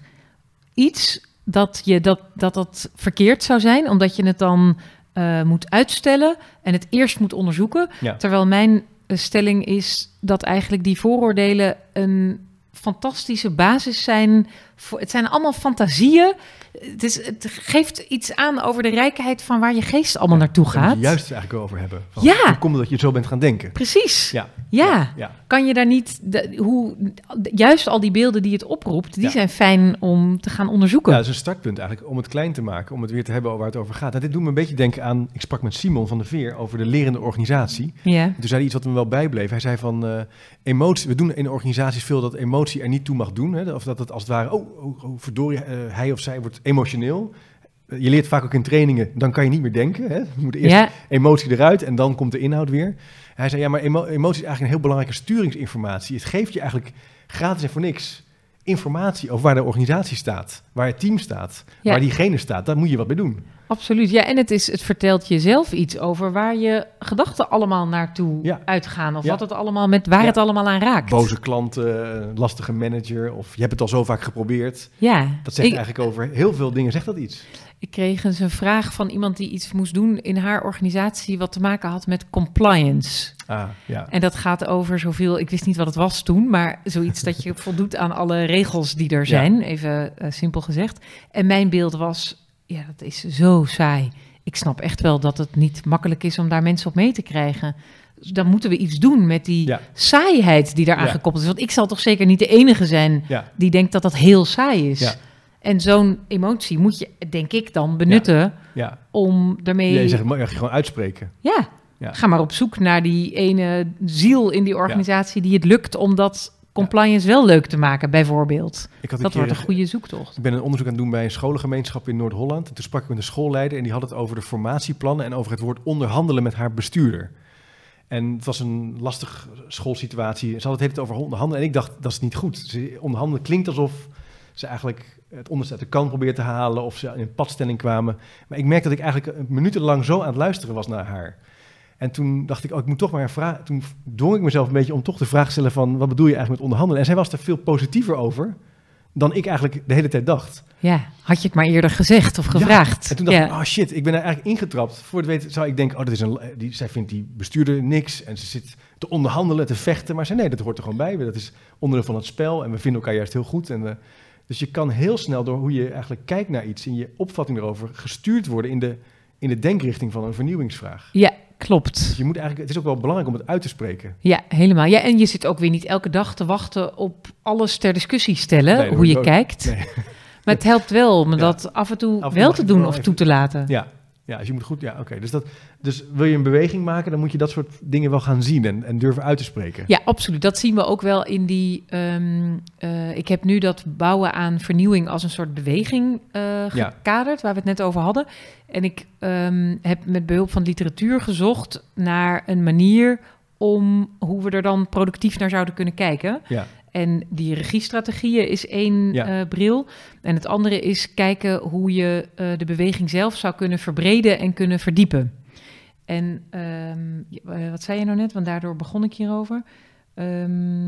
iets dat, je dat, dat dat verkeerd zou zijn, omdat je het dan uh, moet uitstellen en het eerst moet onderzoeken. Ja. Terwijl mijn uh, stelling is dat eigenlijk die vooroordelen een fantastische basis zijn. Voor, het zijn allemaal fantasieën. Het, is, het geeft iets aan over de rijkheid van waar je geest allemaal ja, naartoe gaat. Daar moet je juist het eigenlijk over hebben. Van, ja. Hoe komt het dat je zo bent gaan denken? Precies. Ja. Ja. Ja. Ja. Kan je daar niet... De, hoe, juist al die beelden die het oproept, die ja. zijn fijn om te gaan onderzoeken. Ja, dat is een startpunt eigenlijk, om het klein te maken. Om het weer te hebben waar het over gaat. En dit doet me een beetje denken aan... Ik sprak met Simon van der Veer over de lerende organisatie. Ja. En toen zei hij iets wat me wel bijbleef. Hij zei van... Uh, emotie, we doen in organisaties veel dat emotie er niet toe mag doen. Hè? Of dat het als het ware... Oh, oh, oh verdorie, uh, hij of zij wordt emotioneel. Uh, je leert vaak ook in trainingen... Dan kan je niet meer denken. Hè? Je moet eerst ja. emotie eruit en dan komt de inhoud weer. Hij zei, ja, maar emo- emotie is eigenlijk een heel belangrijke sturingsinformatie. Het geeft je eigenlijk gratis en voor niks informatie over waar de organisatie staat, waar het team staat, ja. waar diegene staat. Daar moet je wat mee doen. Absoluut, ja. En het, is, het vertelt jezelf iets over waar je gedachten allemaal naartoe ja. uitgaan. Of ja. wat het allemaal met, waar ja. het allemaal aan raakt. Boze klanten, lastige manager, of je hebt het al zo vaak geprobeerd. Ja. Dat zegt ik, eigenlijk over heel veel dingen, zegt dat iets. Ik kreeg eens een vraag van iemand die iets moest doen in haar organisatie wat te maken had met compliance. Ah, ja. En dat gaat over zoveel, ik wist niet wat het was toen, maar zoiets dat je voldoet aan alle regels die er zijn, ja. even uh, simpel gezegd. En mijn beeld was, ja, dat is zo saai. Ik snap echt wel dat het niet makkelijk is om daar mensen op mee te krijgen. Dus dan moeten we iets doen met die ja. saaiheid die daaraan ja. gekoppeld is. Want ik zal toch zeker niet de enige zijn ja. die denkt dat dat heel saai is. Ja. En zo'n emotie moet je, denk ik, dan benutten ja. Ja. om daarmee... Ja, je zegt, mag je gewoon uitspreken. Ja. ja, ga maar op zoek naar die ene ziel in die organisatie ja. die het lukt om dat compliance ja. wel leuk te maken, bijvoorbeeld. Ik had dat een wordt een goede zoektocht. Ik ben een onderzoek aan het doen bij een scholengemeenschap in Noord-Holland. En toen sprak ik met een schoolleider en die had het over de formatieplannen en over het woord onderhandelen met haar bestuurder. En het was een lastige schoolsituatie. Ze had het hele over onderhandelen en ik dacht, dat is niet goed. Ze, onderhandelen klinkt alsof ze eigenlijk het onderste uit de kan probeert te halen of ze in een padstelling kwamen. Maar ik merkte dat ik eigenlijk minutenlang zo aan het luisteren was naar haar. En toen dacht ik, oh, ik moet toch maar een vraag... Toen dwong ik mezelf een beetje om toch de vraag te stellen van, wat bedoel je eigenlijk met onderhandelen? En zij was er veel positiever over dan ik eigenlijk de hele tijd dacht. Ja, had je het maar eerder gezegd of gevraagd. Ja. En toen dacht ja. ik, oh shit, ik ben er eigenlijk ingetrapt. Voor het weten zou ik denken, oh, dat is een, die, zij vindt die bestuurder niks en ze zit te onderhandelen, te vechten. Maar ze nee, dat hoort er gewoon bij. Dat is onderdeel van het spel en we vinden elkaar juist heel goed. En, uh, dus je kan heel snel door hoe je eigenlijk kijkt naar iets en je opvatting erover gestuurd worden in de, in de denkrichting van een vernieuwingsvraag. Ja, klopt. Dus je moet eigenlijk, het is ook wel belangrijk om het uit te spreken. Ja, helemaal. Ja, en je zit ook weer niet elke dag te wachten op alles ter discussie stellen, nee, hoe je ook kijkt. Nee. Maar het helpt wel om ja. dat af en toe af en wel te doen of even toe te laten. Ja, ja, dus je moet goed... Ja, oké. Okay. Dus, dus wil je een beweging maken, dan moet je dat soort dingen wel gaan zien en, en durven uit te spreken. Ja, absoluut. Dat zien we ook wel in die... Um, uh, ik heb nu dat bouwen aan vernieuwing als een soort beweging uh, gekaderd, ja. waar we het net over hadden. En ik um, heb met behulp van literatuur gezocht naar een manier om hoe we er dan productief naar zouden kunnen kijken. Ja. En die regiestrategieën is één ja. uh, bril. En het andere is kijken hoe je uh, de beweging zelf zou kunnen verbreden en kunnen verdiepen. En um, uh, wat zei je nou net? Want daardoor begon ik hierover. Um,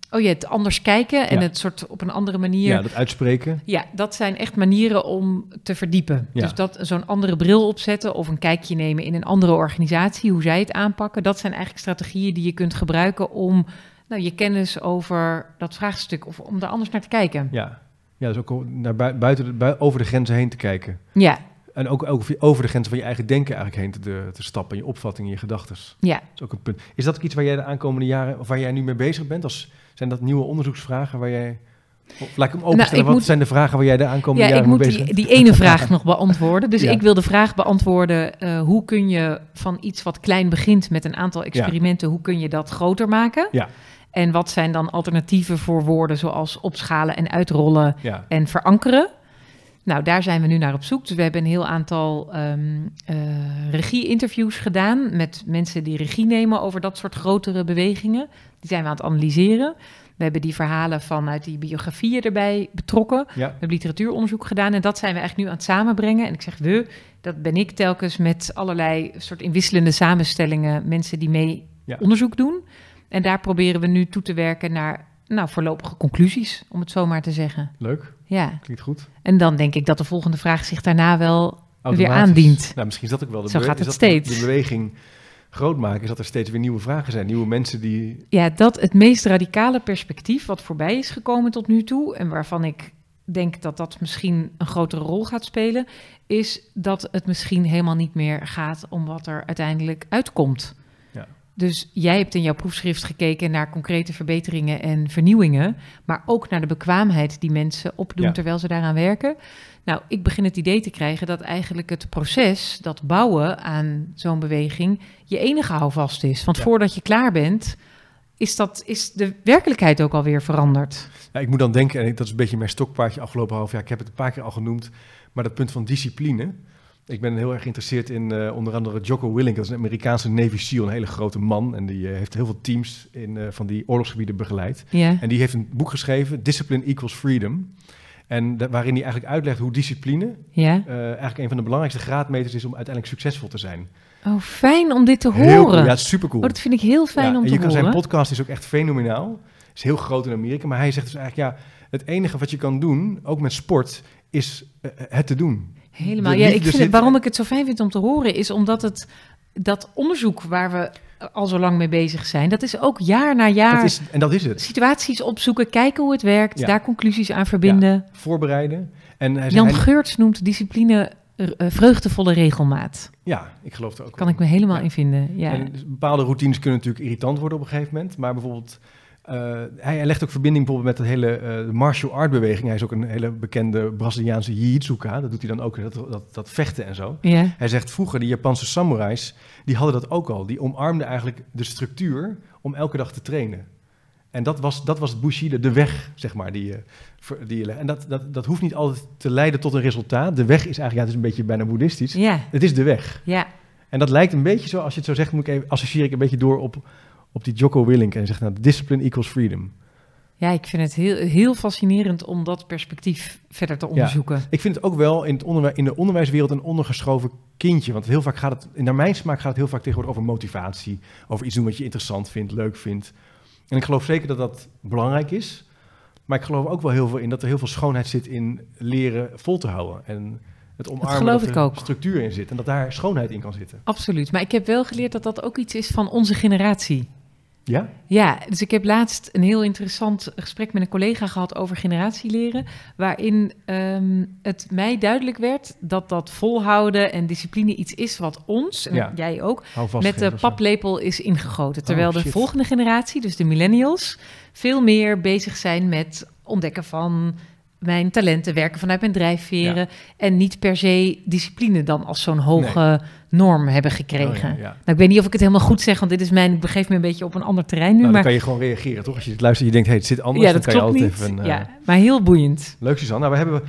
Oh ja, het anders kijken en Ja. het soort op een andere manier. Ja, dat uitspreken. Ja, dat zijn echt manieren om te verdiepen. Ja. Dus dat zo'n andere bril opzetten of een kijkje nemen in een andere organisatie, hoe zij het aanpakken. Dat zijn eigenlijk strategieën die je kunt gebruiken om nou, je kennis over dat vraagstuk of om daar anders naar te kijken. Ja, ja dus ook om naar bui- buiten de, bui- over de grenzen heen te kijken. Ja, En ook, ook over de grenzen van je eigen denken eigenlijk heen te, de, te stappen. Je opvattingen, je gedachten. ja. Dat is ook een punt. Is dat ook iets waar jij de aankomende jaren, of waar jij nu mee bezig bent? Als, zijn dat nieuwe onderzoeksvragen waar jij... Of laat ik hem openstellen, Nou, ik wat moet- zijn de vragen waar jij de aankomende Ja, ik jaren mee moet bezig die, bent? die ene vraag nog beantwoorden. Dus Ja. ik wil de vraag beantwoorden, uh, hoe kun je van iets wat klein begint met een aantal experimenten, hoe kun je dat groter maken? Ja. En wat zijn dan alternatieven voor woorden zoals opschalen en uitrollen Ja, en verankeren? Nou, daar zijn we nu naar op zoek. Dus we hebben een heel aantal um, uh, regie-interviews gedaan met mensen die regie nemen over dat soort grotere bewegingen. Die zijn we aan het analyseren. We hebben die verhalen vanuit die biografieën erbij betrokken. ja. We hebben literatuuronderzoek gedaan en dat zijn we eigenlijk nu aan het samenbrengen. En ik zeg we, dat ben ik telkens met allerlei soort inwisselende samenstellingen, mensen die mee Ja. onderzoek doen. En daar proberen we nu toe te werken naar nou, voorlopige conclusies, om het zo maar te zeggen. Leuk, Ja, klinkt goed. en dan denk ik dat de volgende vraag zich daarna wel weer Automatisch. aandient. Nou, misschien is dat ook wel de, Zo bewe- gaat is het dat steeds. de beweging groot maken. Is dat er steeds weer nieuwe vragen zijn. Nieuwe mensen die... Ja, dat het meest radicale perspectief wat voorbij is gekomen tot nu toe en waarvan ik denk dat dat misschien een grotere rol gaat spelen, is dat het misschien helemaal niet meer gaat om wat er uiteindelijk uitkomt. Ja. Dus jij hebt in jouw proefschrift gekeken naar concrete verbeteringen en vernieuwingen, maar ook naar de bekwaamheid die mensen opdoen Ja. terwijl ze daaraan werken. Nou, ik begin het idee te krijgen dat eigenlijk het proces, dat bouwen aan zo'n beweging, je enige houvast is. Want Ja. voordat je klaar bent, is, dat, is de werkelijkheid ook alweer veranderd. Ja, ik moet dan denken, en dat is een beetje mijn stokpaardje afgelopen half jaar. Ik heb het een paar keer al genoemd, maar dat punt van discipline. Ik ben heel erg geïnteresseerd in uh, onder andere Jocko Willink. Dat is een Amerikaanse Navy SEAL, een hele grote man. En die uh, heeft heel veel teams in, uh, van die oorlogsgebieden begeleid. Ja, En die heeft een boek geschreven, Discipline Equals Freedom. En da- waarin hij eigenlijk uitlegt hoe discipline ja. uh, eigenlijk een van de belangrijkste graadmeters is om uiteindelijk succesvol te zijn. Oh, fijn om dit te Heel horen. cool. Ja, super cool. Oh, dat vind ik heel fijn Ja, om en te je kan, horen. zijn podcast is ook echt fenomenaal. Is heel groot in Amerika. Maar hij zegt dus eigenlijk, ja, het enige wat je kan doen, ook met sport, is uh, het te doen. Helemaal. De Ja, ik liefde vind het, zit- waarom ik het zo fijn vind om te horen, is omdat het dat onderzoek waar we al zo lang mee bezig zijn, dat is ook jaar na jaar Dat is, en dat is het. situaties opzoeken, kijken hoe het werkt, Ja. daar conclusies aan verbinden. Voorbereiden. En hij Jan zei, hij- Geurts noemt discipline uh, vreugdevolle regelmaat. ja, ik geloof er ook Kan wel ik me helemaal Ja. in vinden. Ja. En dus bepaalde routines kunnen natuurlijk irritant worden op een gegeven moment. Maar bijvoorbeeld, uh, hij, hij legt ook verbinding bijvoorbeeld met de hele uh, martial art beweging. Hij is ook een hele bekende Braziliaanse jiu-jitsuka. Dat doet hij dan ook, dat, dat, dat vechten en zo. Ja. Hij zegt vroeger, die Japanse samurais, die hadden dat ook al. Die omarmden eigenlijk de structuur om elke dag te trainen. En dat was, dat was het Bushido, de weg, zeg maar, die, je- ver- die je legt. En dat, dat, dat hoeft niet altijd te leiden tot een resultaat. De weg is eigenlijk, ja, het is een beetje bijna boeddhistisch. Ja. Het is de weg. Ja. En dat lijkt een beetje zo, als je het zo zegt, moet ik even, associeer ik een beetje door op, op die Jocko Willink. En hij zegt, nou, discipline equals freedom. Ja, ik vind het heel, heel fascinerend om dat perspectief verder te onderzoeken. Ik vind het ook wel in, het onderwijs, in de onderwijswereld een ondergeschoven kindje. Want heel vaak gaat het, naar mijn smaak gaat het heel vaak tegenwoordig over motivatie. Over iets doen wat je interessant vindt, leuk vindt. En ik geloof zeker dat dat belangrijk is. Maar ik geloof ook wel heel veel in dat er heel veel schoonheid zit in leren vol te houden. En het omarmen geloof dat ik er ook. structuur in zit. En dat daar schoonheid in kan zitten. Absoluut. Maar ik heb wel geleerd dat dat ook iets is van onze generatie. Ja? Ja, dus ik heb laatst een heel interessant gesprek met een collega gehad over generatieleren, waarin um, het mij duidelijk werd dat dat volhouden en discipline iets is wat ons, en Ja. jij ook, Hou vast. met de geven of zo. paplepel is ingegoten. Terwijl Oh, de shit. volgende generatie, dus de millennials, veel meer bezig zijn met ontdekken van mijn talenten, werken vanuit mijn drijfveren Ja. en niet per se discipline dan als zo'n hoge norm hebben gekregen. Oh, ja, ja. Nou, ik weet niet of ik het helemaal goed zeg, want dit is mijn, ik begeef me een beetje op een ander terrein nu. Nou, dan maar kan je gewoon reageren, toch? Als je het luistert en je denkt, hey, het zit anders, ja, dan dat kan je klopt altijd niet. even... uh, Ja, maar heel boeiend. Leuk, Suzanne. Nou, we hebben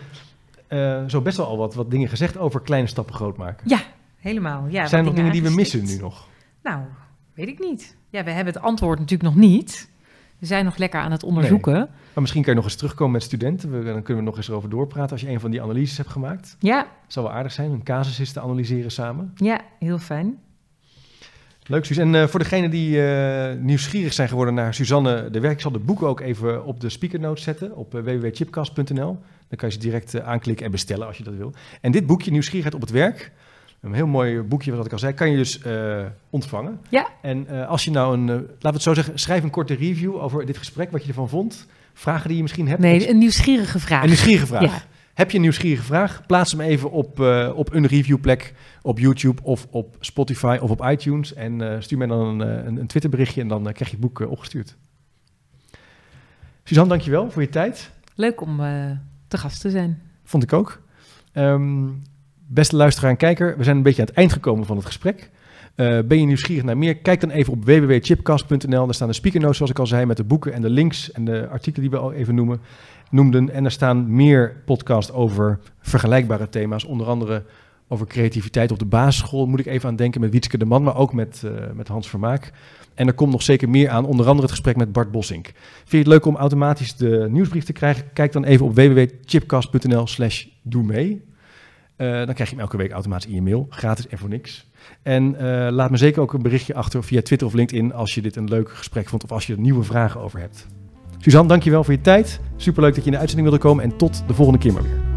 uh, zo best wel al wat, wat dingen gezegd over kleine stappen groot maken. Ja, helemaal. Ja, Zijn er nog wat dingen die we missen aangestipt. nu nog? Nou, weet ik niet. Ja, we hebben het antwoord natuurlijk nog niet. We zijn nog lekker aan het onderzoeken. Maar misschien kan je nog eens terugkomen met studenten. We, dan kunnen we nog eens erover doorpraten als je een van die analyses hebt gemaakt. Ja, Het zou wel aardig zijn, een casus is te analyseren samen. ja, heel fijn. Leuk, Suus. En uh, voor degenen die uh, nieuwsgierig zijn geworden naar Suzanne de werk, ik zal de boeken ook even op de speaker notes zetten op uh, w w w punt chipcast punt n l. Dan kan je ze direct uh, aanklikken en bestellen als je dat wil. En dit boekje, Nieuwsgierigheid op het werk, een heel mooi boekje wat ik al zei, kan je dus uh, ontvangen. Ja. En uh, als je nou een, uh, laten we het zo zeggen, schrijf een korte review over dit gesprek, wat je ervan vond. Vragen die je misschien hebt. Nee, een nieuwsgierige vraag. Een nieuwsgierige vraag. Ja. Heb je een nieuwsgierige vraag? Plaats hem even op, uh, op een reviewplek op YouTube of op Spotify of op iTunes. En uh, stuur mij dan een, een, een Twitterberichtje en dan uh, krijg je het boek uh, opgestuurd. Suzanne, dankjewel voor je tijd. Leuk om uh, te gast te zijn. Vond ik ook. Um, beste luisteraar en kijker, we zijn een beetje aan het eind gekomen van het gesprek. Uh, ben je nieuwsgierig naar meer? Kijk dan even op w w w punt chipcast punt n l. Daar staan de speaker notes, zoals ik al zei, met de boeken en de links en de artikelen die we al even noemen, noemden. En er staan meer podcasts over vergelijkbare thema's, onder andere over creativiteit op de basisschool. Moet ik even aan denken met Wietske de Man, maar ook met, uh, met Hans Vermaak. En er komt nog zeker meer aan, onder andere het gesprek met Bart Bossink. Vind je het leuk om automatisch de nieuwsbrief te krijgen? Kijk dan even op w w w punt chipcast punt n l slash doe mee. Uh, dan krijg je hem elke week automatisch in je mail, gratis en voor niks. En uh, laat me zeker ook een berichtje achter via Twitter of LinkedIn als je dit een leuk gesprek vond of als je er nieuwe vragen over hebt. Suzanne, dankjewel voor je tijd. Superleuk dat je in de uitzending wilde komen en tot de volgende keer maar weer.